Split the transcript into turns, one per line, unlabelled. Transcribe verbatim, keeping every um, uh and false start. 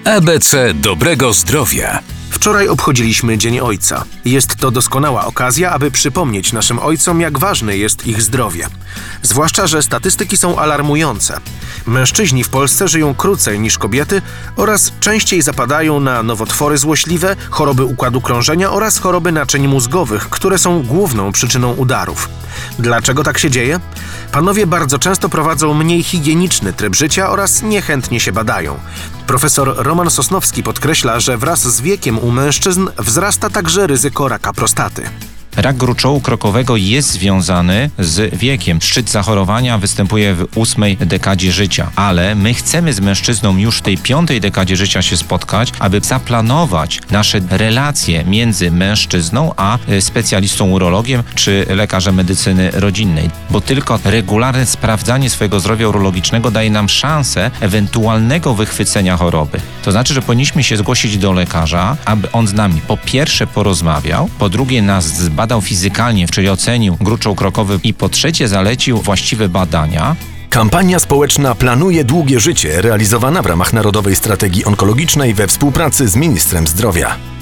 A B C dobrego zdrowia.
Wczoraj obchodziliśmy Dzień Ojca. Jest to doskonała okazja, aby przypomnieć naszym ojcom, jak ważne jest ich zdrowie. Zwłaszcza, że statystyki są alarmujące. Mężczyźni w Polsce żyją krócej niż kobiety oraz częściej zapadają na nowotwory złośliwe, choroby układu krążenia oraz choroby naczyń mózgowych, które są główną przyczyną udarów. Dlaczego tak się dzieje? Panowie bardzo często prowadzą mniej higieniczny tryb życia oraz niechętnie się badają. Profesor Roman Sosnowski podkreśla, że wraz z wiekiem u mężczyzn wzrasta także ryzyko raka prostaty.
Rak gruczołu krokowego jest związany z wiekiem. Szczyt zachorowania występuje w ósmej dekadzie życia, ale my chcemy z mężczyzną już w tej piątej dekadzie życia się spotkać, aby zaplanować nasze relacje między mężczyzną a specjalistą urologiem czy lekarzem medycyny rodzinnej, bo tylko regularne sprawdzanie swojego zdrowia urologicznego daje nam szansę ewentualnego wychwycenia choroby. To znaczy, że powinniśmy się zgłosić do lekarza, aby on z nami po pierwsze porozmawiał, po drugie nas zbadał badał fizykalnie, czyli ocenił gruczoł krokowy i po trzecie zalecił właściwe badania.
Kampania społeczna Planuje długie życie, realizowana w ramach Narodowej Strategii Onkologicznej we współpracy z Ministrem Zdrowia.